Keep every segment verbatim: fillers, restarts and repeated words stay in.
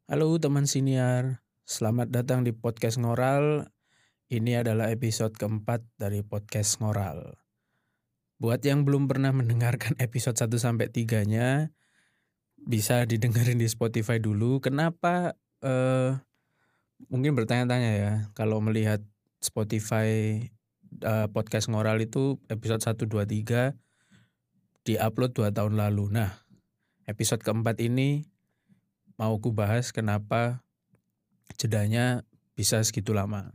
Halo teman siniar, selamat datang di podcast Ngoral. Ini adalah episode keempat dari podcast Ngoral. Buat yang belum pernah mendengarkan episode satu sampai tiga-nya, bisa didengerin di Spotify dulu. Kenapa eh, mungkin bertanya-tanya ya, kalau melihat Spotify eh, podcast Ngoral itu episode satu, dua, tiga diupload dua tahun lalu. Nah, episode keempat ini mau ku bahas kenapa jedanya bisa segitu lama.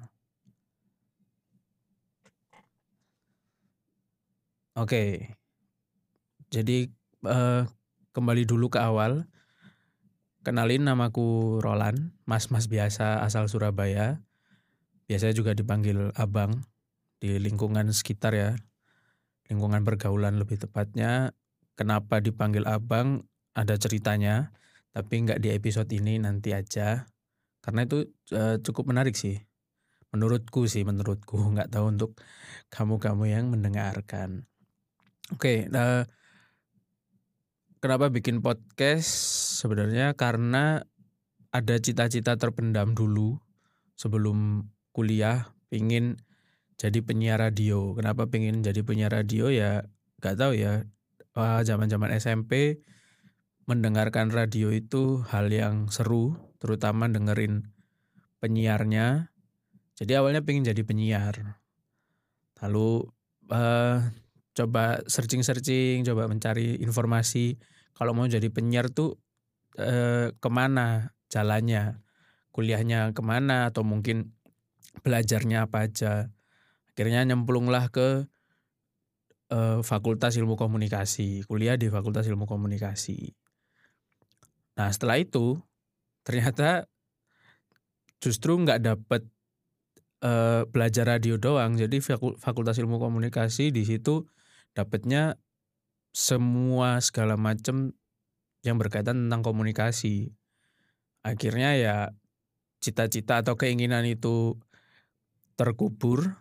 Oke, jadi eh, kembali dulu ke awal. Kenalin, namaku Roland, mas-mas biasa asal Surabaya. Biasanya juga dipanggil abang di lingkungan sekitar ya, lingkungan pergaulan lebih tepatnya. Kenapa dipanggil abang? Ada ceritanya, tapi nggak di episode ini, nanti aja. Karena itu eh, cukup menarik sih, menurutku sih, menurutku. Nggak tahu untuk kamu-kamu yang mendengarkan. Oke, nah, kenapa bikin podcast? Sebenarnya karena ada cita-cita terpendam dulu sebelum kuliah, pingin jadi penyiar radio. Kenapa pingin jadi penyiar radio ya gak tahu ya. Eh, Zaman-zaman S M P mendengarkan radio itu hal yang seru, terutama dengerin penyiarnya. Jadi awalnya pingin jadi penyiar. Lalu eh, coba searching-searching, coba mencari informasi. Kalau mau jadi penyiar tuh eh, kemana jalannya, kuliahnya kemana, atau mungkin belajarnya apa aja. Akhirnya nyemplunglah ke eh, Fakultas Ilmu Komunikasi, kuliah di Fakultas Ilmu Komunikasi. Nah setelah itu ternyata justru nggak dapet eh, belajar radio doang. Jadi Fakul- Fakultas Ilmu Komunikasi di situ dapetnya semua segala macam yang berkaitan tentang komunikasi. Akhirnya ya cita-cita atau keinginan itu terkubur,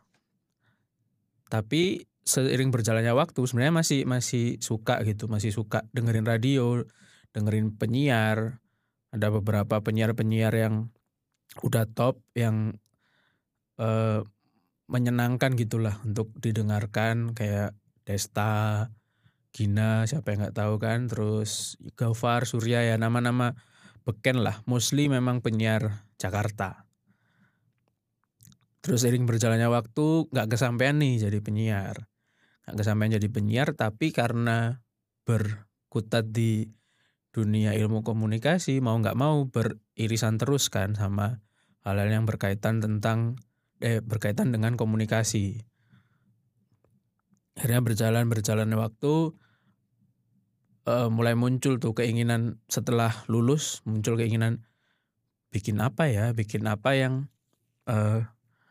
tapi seiring berjalannya waktu sebenarnya masih masih suka gitu, masih suka dengerin radio, dengerin penyiar. Ada beberapa penyiar-penyiar yang udah top, yang eh, menyenangkan gitulah untuk didengarkan, kayak Desta, Gina, siapa yang nggak tahu kan, terus Gafar, Surya, ya nama-nama beken lah. Mostly memang penyiar Jakarta. Terus seiring berjalannya waktu nggak kesampaian nih jadi penyiar. Nggak kesampaian jadi penyiar, tapi karena berkutat di dunia ilmu komunikasi, mau nggak mau beririsan terus kan sama hal-hal yang berkaitan tentang eh berkaitan dengan komunikasi. Akhirnya berjalan berjalan waktu, eh, mulai muncul tuh keinginan setelah lulus, muncul keinginan bikin apa ya, bikin apa yang eh,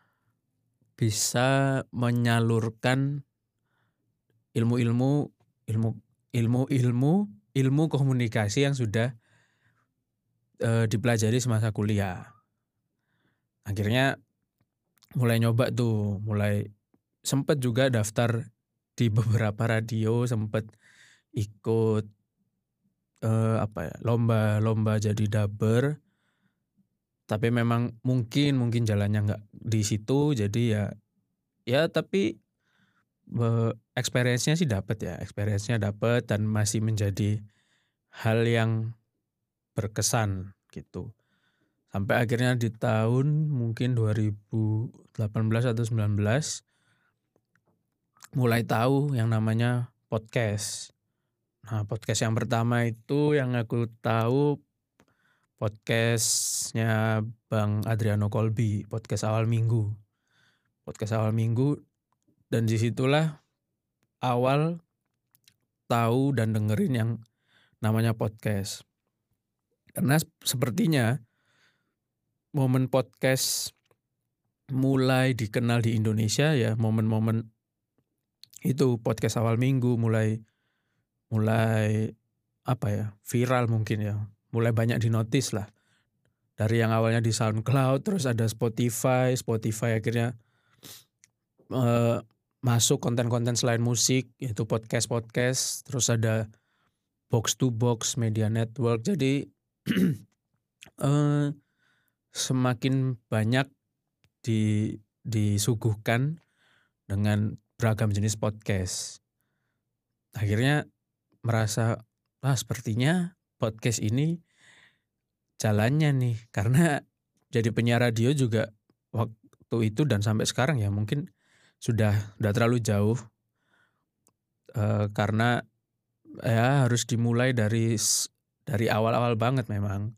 bisa menyalurkan ilmu-ilmu ilmu ilmu ilmu ilmu komunikasi yang sudah eh, dipelajari semasa kuliah. Akhirnya mulai nyoba tuh, mulai sempet juga daftar di beberapa radio, sempet ikut eh, apa ya, lomba-lomba jadi dubber. Tapi memang mungkin mungkin jalannya nggak di situ, jadi ya ya tapi eh, experience-nya sih dapat ya, experience-nya dapat dan masih menjadi hal yang berkesan gitu. Sampai akhirnya di tahun mungkin dua ribu delapan belas atau sembilan belas mulai tahu yang namanya podcast. Nah, podcast yang pertama itu yang aku tahu podcastnya Bang Adriano Kolbi, podcast awal minggu. Podcast awal minggu, dan disitulah awal tahu dan dengerin yang namanya podcast. Karena sepertinya momen podcast mulai dikenal di Indonesia ya, momen-momen itu podcast awal minggu mulai mulai apa ya, viral mungkin ya, mulai banyak dinotis lah. Dari yang awalnya di SoundCloud, terus ada Spotify, Spotify akhirnya eh, masuk konten-konten selain musik, yaitu podcast-podcast, terus ada Box to Box, Media Network. Jadi Eee, semakin banyak di disuguhkan dengan beragam jenis podcast. Akhirnya merasa, wah sepertinya podcast ini jalannya nih. Karena jadi penyiar radio juga waktu itu dan sampai sekarang ya mungkin sudah udah terlalu jauh. Eee, karena ya harus dimulai dari s dari awal-awal banget memang.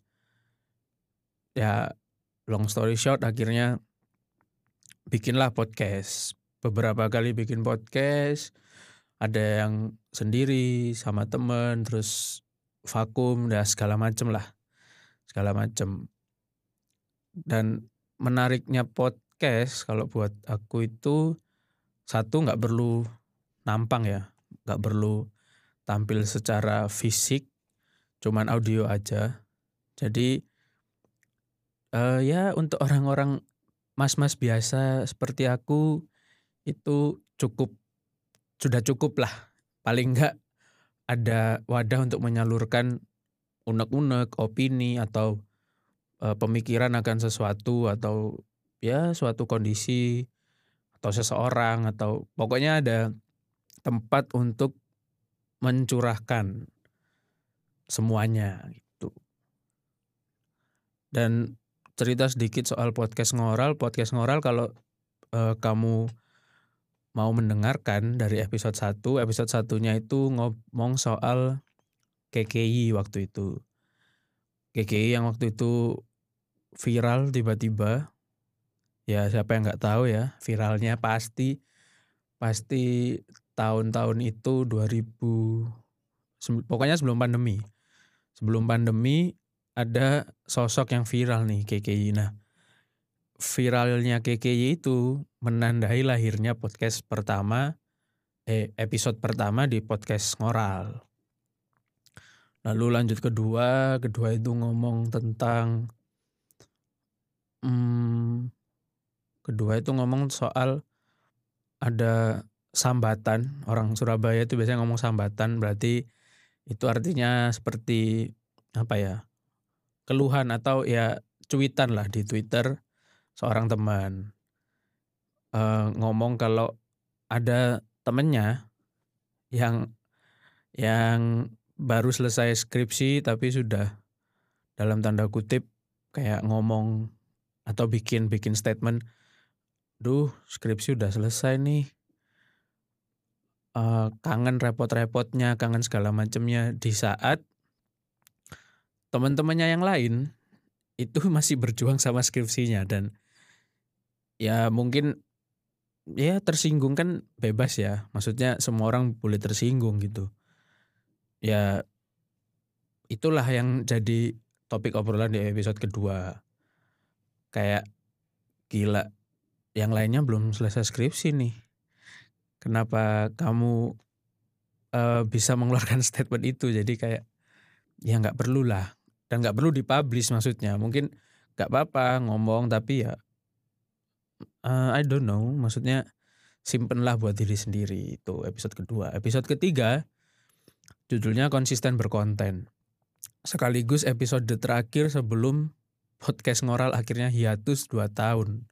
Ya long story short akhirnya bikinlah podcast. Beberapa kali bikin podcast, ada yang sendiri sama temen, terus vakum, ya segala macem lah, segala macem. Dan menariknya podcast kalau buat aku itu, satu nggak perlu nampang ya, nggak perlu tampil secara fisik, cuman audio aja. Jadi, eee, ya untuk orang-orang mas-mas biasa seperti aku, itu cukup sudah cukuplah. Paling nggak ada wadah untuk menyalurkan unek-unek, opini, atau, eee, pemikiran akan sesuatu atau ya suatu kondisi, atau seseorang, atau pokoknya ada tempat untuk mencurahkan semuanya gitu. Dan cerita sedikit soal podcast Ngoral, podcast Ngoral kalau, eee, kamu mau mendengarkan dari episode satu, episode satunya itu ngomong soal K K I waktu itu. K K I yang waktu itu viral tiba-tiba, ya siapa yang nggak tahu ya viralnya pasti pasti tahun-tahun itu dua ribu sem pokoknya sebelum pandemi. Sebelum pandemi ada sosok yang viral nih K K I. Nah, viralnya K K I itu menandai lahirnya podcast pertama, eh episode pertama di podcast Ngoral. Lalu lanjut kedua, kedua itu ngomong tentang mmm, kedua itu ngomong soal ada sambatan, orang Surabaya itu biasanya ngomong sambatan, berarti itu artinya seperti apa ya, keluhan atau ya cuitan lah di Twitter seorang teman. Eee, ngomong kalau ada temennya yang yang baru selesai skripsi tapi sudah dalam tanda kutip kayak ngomong atau bikin bikin statement, "Duh skripsi udah selesai nih." Eee, kangen repot-repotnya, kangen segala macemnya, di saat teman-temannya yang lain itu masih berjuang sama skripsinya dan ya mungkin ya tersinggung kan bebas ya, maksudnya semua orang boleh tersinggung gitu. Ya itulah yang jadi topik obrolan di episode kedua. Kayak, "Gila, yang lainnya belum selesai skripsi nih. Kenapa kamu, eee, bisa mengeluarkan statement itu?" Jadi kayak, ya nggak perlulah dan nggak perlu di-publish maksudnya. Mungkin nggak apa-apa ngomong tapi ya, eee, I don't know, maksudnya simpenlah buat diri sendiri. Itu episode kedua. Episode ketiga judulnya Konsisten Berkonten. Sekaligus episode terakhir sebelum podcast Ngoral akhirnya hiatus dua tahun.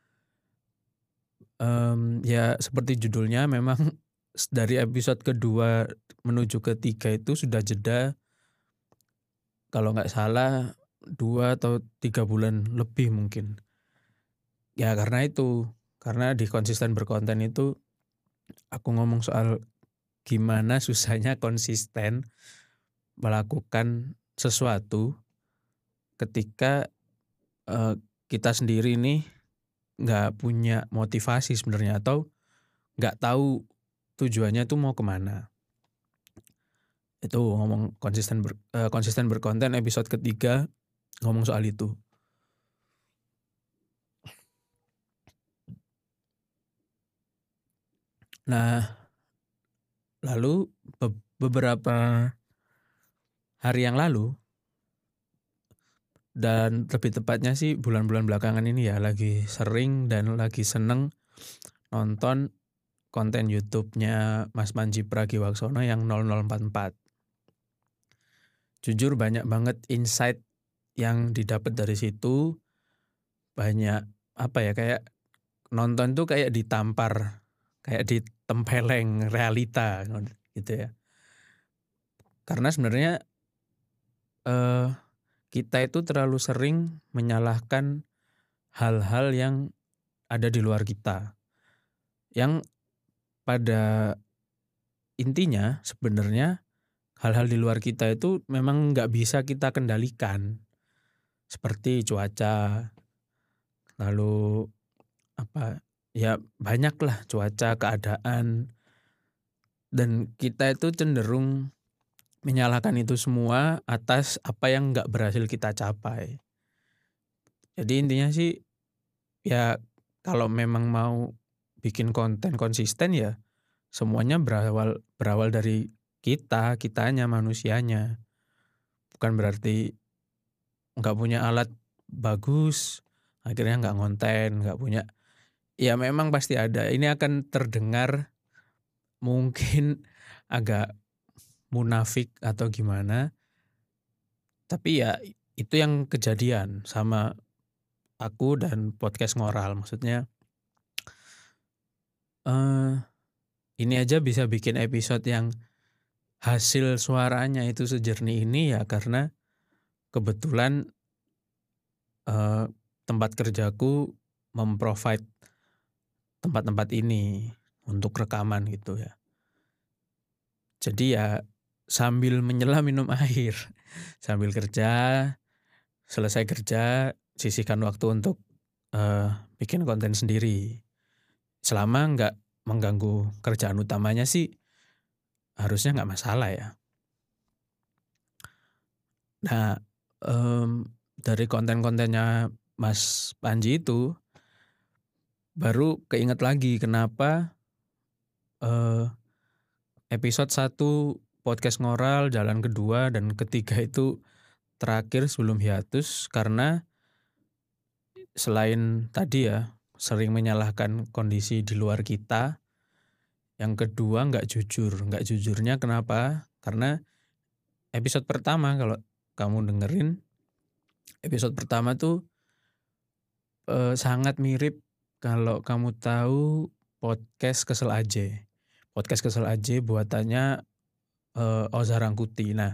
Mmm, ya seperti judulnya memang s dari episode kedua menuju ketiga itu sudah jeda kalau nggak salah dua atau tiga bulan lebih mungkin. Ya karena itu, karena di Konsisten Berkonten itu aku ngomong soal gimana susahnya konsisten melakukan sesuatu ketika, eee, kita sendiri nih nggak punya motivasi sebenarnya atau nggak tahu tujuannya tuh mau kemana. Itu ngomong konsisten ber eee, Konsisten Berkonten episode ketiga ngomong soal itu. Nah, lalu beb beberapa hari yang lalu dan lebih tepatnya sih bulan-bulan belakangan ini ya lagi sering dan lagi seneng nonton konten YouTube-nya Mas Panji Pragiwaksono yang nol nol empat empat. Jujur banyak banget insight yang didapat dari situ banyak apa ya, kayak nonton tuh kayak ditampar, kayak ditempeleng realita gitu ya. Karena sebenarnya, eee, kita itu terlalu sering menyalahkan hal-hal yang ada di luar kita. Yang pada intinya sebenarnya hal-hal di luar kita itu memang nggak bisa kita kendalikan. Seperti cuaca, lalu apa, ya banyaklah cuaca, keadaan, dan kita itu cenderung menyalahkan itu semua atas apa yang nggak berhasil kita capai. Jadi intinya sih, ya kalau memang mau bikin konten konsisten ya semuanya berawal berawal dari kita, kitanya, manusianya. Bukan berarti nggak punya alat bagus, akhirnya nggak ngonten, nggak punya, ya memang pasti ada. Ini akan terdengar mungkin agak munafik atau gimana, tapi ya itu yang kejadian sama aku dan podcast Ngoral. Maksudnya, eee, ini aja bisa bikin episode yang hasil suaranya itu sejernih ini ya karena kebetulan, eee, tempat kerjaku mem-provide tempat-tempat ini untuk rekaman gitu ya. Jadi ya sambil menyelam minum air, sambil kerja, selesai kerja, sisihkan waktu untuk, eee, bikin konten sendiri. Selama nggak mengganggu kerjaan utamanya sih harusnya nggak masalah ya. Nah, mmm, dari konten-kontennya Mas Panji itu, baru keinget lagi kenapa, eee, episode satu podcast Ngoral, jalan kedua dan ketiga itu terakhir sebelum hiatus karena selain tadi ya, sering menyalahkan kondisi di luar kita, yang kedua nggak jujur. Nggak jujurnya kenapa? Karena episode pertama kalau kamu dengerin, episode pertama tuh, eee, sangat mirip kalau kamu tahu podcast Kesel Aje. Podcast Kesel Aje buatannya, eee, Oza Rangkuti. Nah,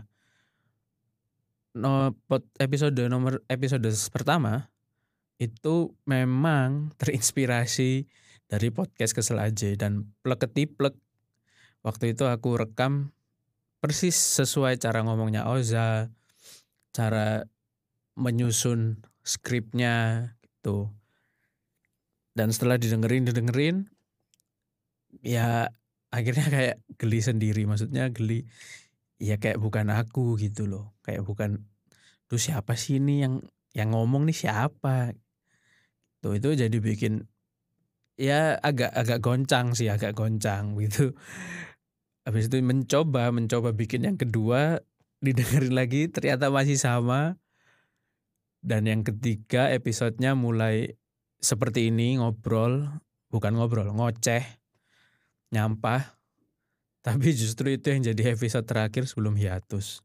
no pod episode nomor episode pertama itu memang terinspirasi dari podcast Kesel Aje dan plek-ketiplek waktu itu aku rekam persis sesuai cara ngomongnya Oza, cara menyusun skripnya gitu. Dan setelah didengerin didengerin, ya akhirnya kayak geli sendiri, maksudnya geli, ya kayak bukan aku gitu loh, kayak bukan, "Duh siapa sih ini yang yang ngomong nih siapa?" Tuh itu jadi bikin, ya agak agak goncang sih, agak goncang gitu. Habis itu mencoba mencoba bikin yang kedua, didengerin lagi ternyata masih sama, dan yang ketiga episodenya mulai seperti ini, ngobrol, bukan ngobrol, ngoceh, nyampah, tapi justru itu yang jadi episode terakhir sebelum hiatus.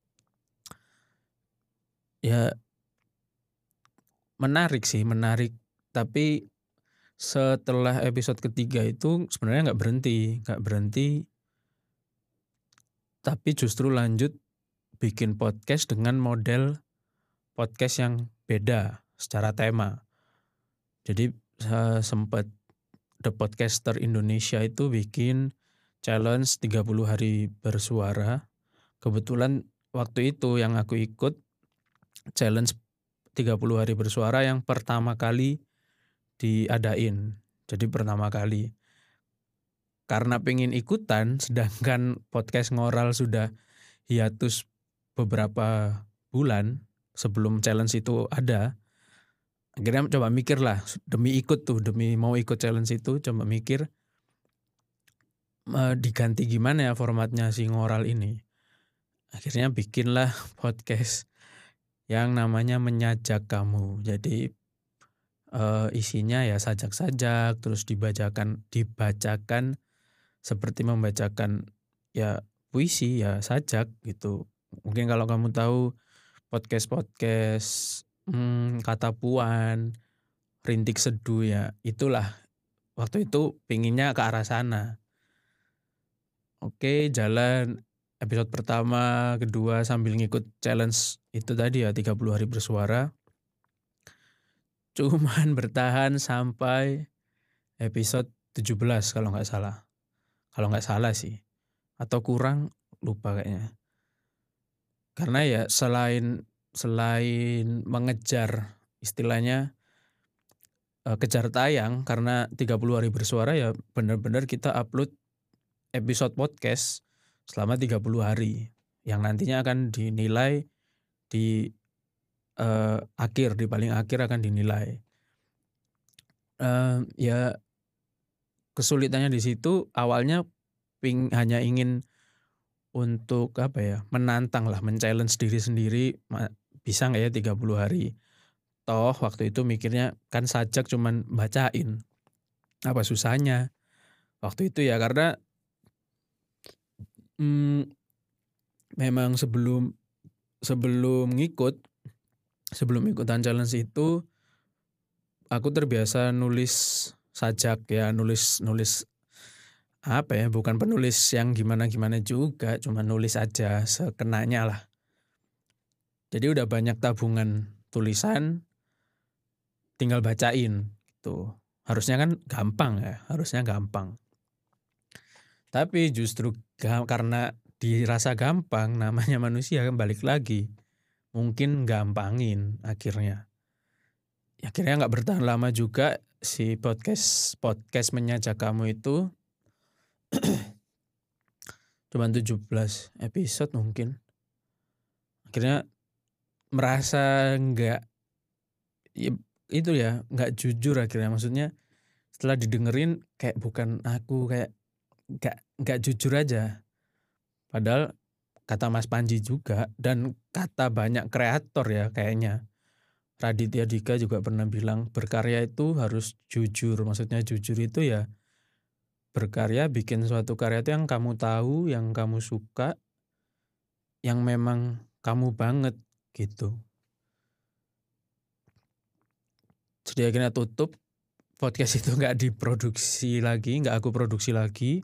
Ya menarik sih, menarik, tapi setelah episode ketiga itu sebenarnya nggak berhenti nggak berhenti, tapi justru lanjut bikin podcast dengan model podcast yang beda secara tema. Jadi, eee, sempet The Podcaster Indonesia itu bikin challenge tiga puluh hari bersuara. Kebetulan waktu itu yang aku ikut challenge tiga puluh hari bersuara yang pertama kali diadain. Jadi pertama kali. Karena pengen ikutan sedangkan podcast Ngoral sudah hiatus beberapa bulan sebelum challenge itu ada, akhirnya coba mikir lah demi ikut tuh, demi mau ikut challenge itu coba mikir, eee, diganti gimana ya formatnya si Ngoral ini. Akhirnya bikinlah podcast yang namanya Menyajak Kamu. Jadi, eee, isinya ya sajak-sajak terus dibacakan dibacakan seperti membacakan ya puisi, ya sajak gitu. Mungkin kalau kamu tahu podcast-podcast, mmm, Kata Puan, Rintik Seduh ya itulah, waktu itu pengennya ke arah sana. Oke jalan, episode pertama, kedua sambil ngikut challenge itu tadi ya tiga puluh hari bersuara. Cuman bertahan sampai episode tujuh belas kalau nggak salah. Kalau nggak salah sih, atau kurang, lupa kayaknya. Karena ya selain selain mengejar istilahnya, eee, kejar tayang karena tiga puluh hari bersuara ya bener-bener kita upload episode podcast selama tiga puluh hari, yang nantinya akan dinilai di, eee, akhir, di paling akhir akan dinilai. Eee, ya kesulitannya di situ awalnya ping hanya ingin untuk apa ya, menantanglah, men-challenge diri sendiri ma bisa nggak ya tiga puluh hari. Toh waktu itu mikirnya kan sajak cuman bacain, apa susahnya waktu itu ya karena mmm, memang sebelum sebelum ngikut, sebelum ikutan challenge itu aku terbiasa nulis sajak ya, nulis nulis apa ya, bukan penulis yang gimana-gimana juga, cuma nulis aja sekenanya lah. Jadi udah banyak tabungan tulisan, tinggal bacain gitu. Harusnya kan gampang ya, harusnya gampang. Tapi justru ga karena dirasa gampang, namanya manusia kan balik lagi, mungkin gampangin akhirnya. Akhirnya nggak bertahan lama juga si podcast podcast Menyajak Kamu itu. Cuman tujuh belas episode mungkin. Akhirnya merasa nggak yep itu ya, nggak jujur akhirnya, maksudnya setelah didengerin kayak bukan aku, kayak nggak nggak jujur aja. Padahal kata Mas Panji juga dan kata banyak kreator ya kayaknya, Raditya Dika juga pernah bilang, berkarya itu harus jujur, maksudnya jujur itu ya berkarya bikin suatu karya itu yang kamu tahu, yang kamu suka, yang memang kamu banget, gitu. Jadi akhirnya tutup, podcast itu nggak diproduksi lagi, nggak aku produksi lagi.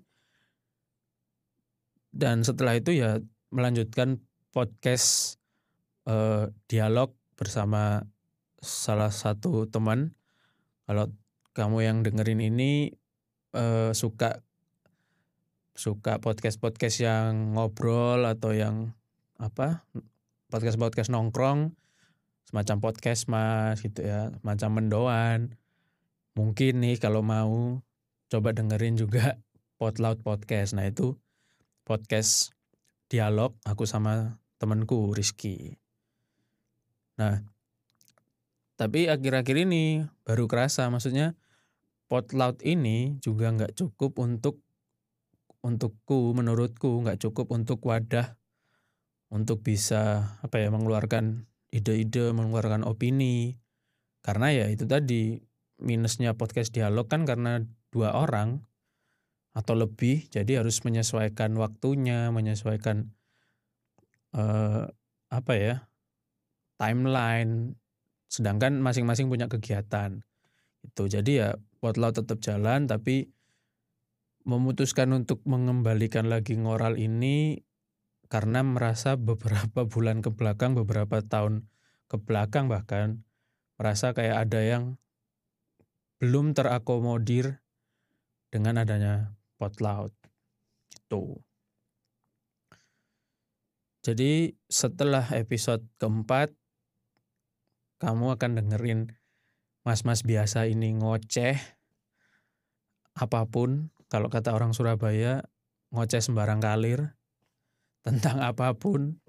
Dan setelah itu ya melanjutkan podcast, eee, dialog bersama salah satu teman. Kalau kamu yang dengerin ini, eee, suka suka podcast-podcast yang ngobrol atau yang apa, podcast-podcast nongkrong, semacam podcast Mas gitu ya, semacam mendoan. Mungkin nih kalau mau coba dengerin juga Potloud Podcast. Nah itu podcast dialog aku sama temenku Rizky. Nah, tapi akhir-akhir ini baru kerasa, maksudnya Potloud ini juga nggak cukup untuk untukku, menurutku nggak cukup untuk wadah untuk bisa apa ya, mengeluarkan ide-ide, mengeluarkan opini. Karena ya itu tadi, minusnya podcast dialog kan karena dua orang atau lebih, jadi harus menyesuaikan waktunya, menyesuaikan, eee, apa ya, timeline, sedangkan masing-masing punya kegiatan, gitu. Jadi ya Potloud tetap jalan, tapi memutuskan untuk mengembalikan lagi Ngoral ini karena merasa beberapa bulan ke belakang, beberapa tahun ke belakang bahkan, merasa kayak ada yang belum terakomodir dengan adanya Potloud, gitu. Jadi setelah episode keempat, kamu akan dengerin mas-mas biasa ini ngoceh apapun, kalau kata orang Surabaya, ngoceh sembarang kalir, tentang apapun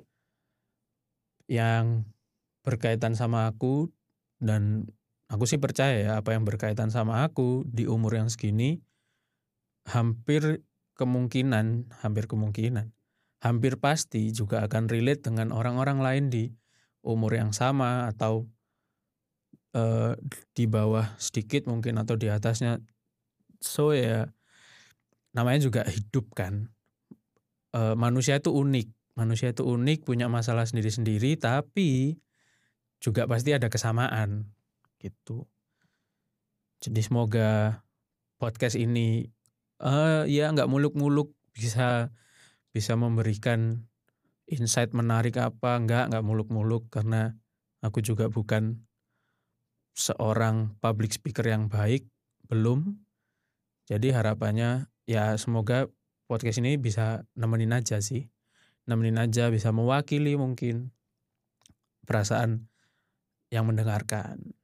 yang berkaitan sama aku, dan aku sih percaya ya apa yang berkaitan sama aku di umur yang segini, hampir kemungkinan hampir kemungkinan, hampir pasti juga akan relate dengan orang-orang lain di umur yang sama atau, eee, di bawah sedikit mungkin atau di atasnya. So ya namanya juga hidup kan, eee, manusia itu unik. manusia itu unik, punya masalah sendiri-sendiri, tapi juga pasti ada kesamaan, gitu. Jadi semoga podcast ini, eee, ya nggak muluk-muluk, bisa bisa memberikan insight menarik apa, enggak enggak muluk-muluk karena aku juga bukan seorang public speaker yang baik, belum. Jadi harapannya ya semoga podcast ini bisa nemenin aja sih, nemenin aja, bisa mewakili mungkin perasaan yang mendengarkan.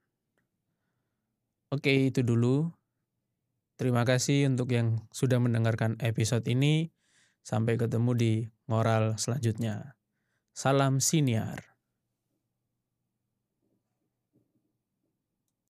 Oke, itu dulu. Terima kasih untuk yang sudah mendengarkan episode ini. Sampai ketemu di moral selanjutnya. Salam siniar.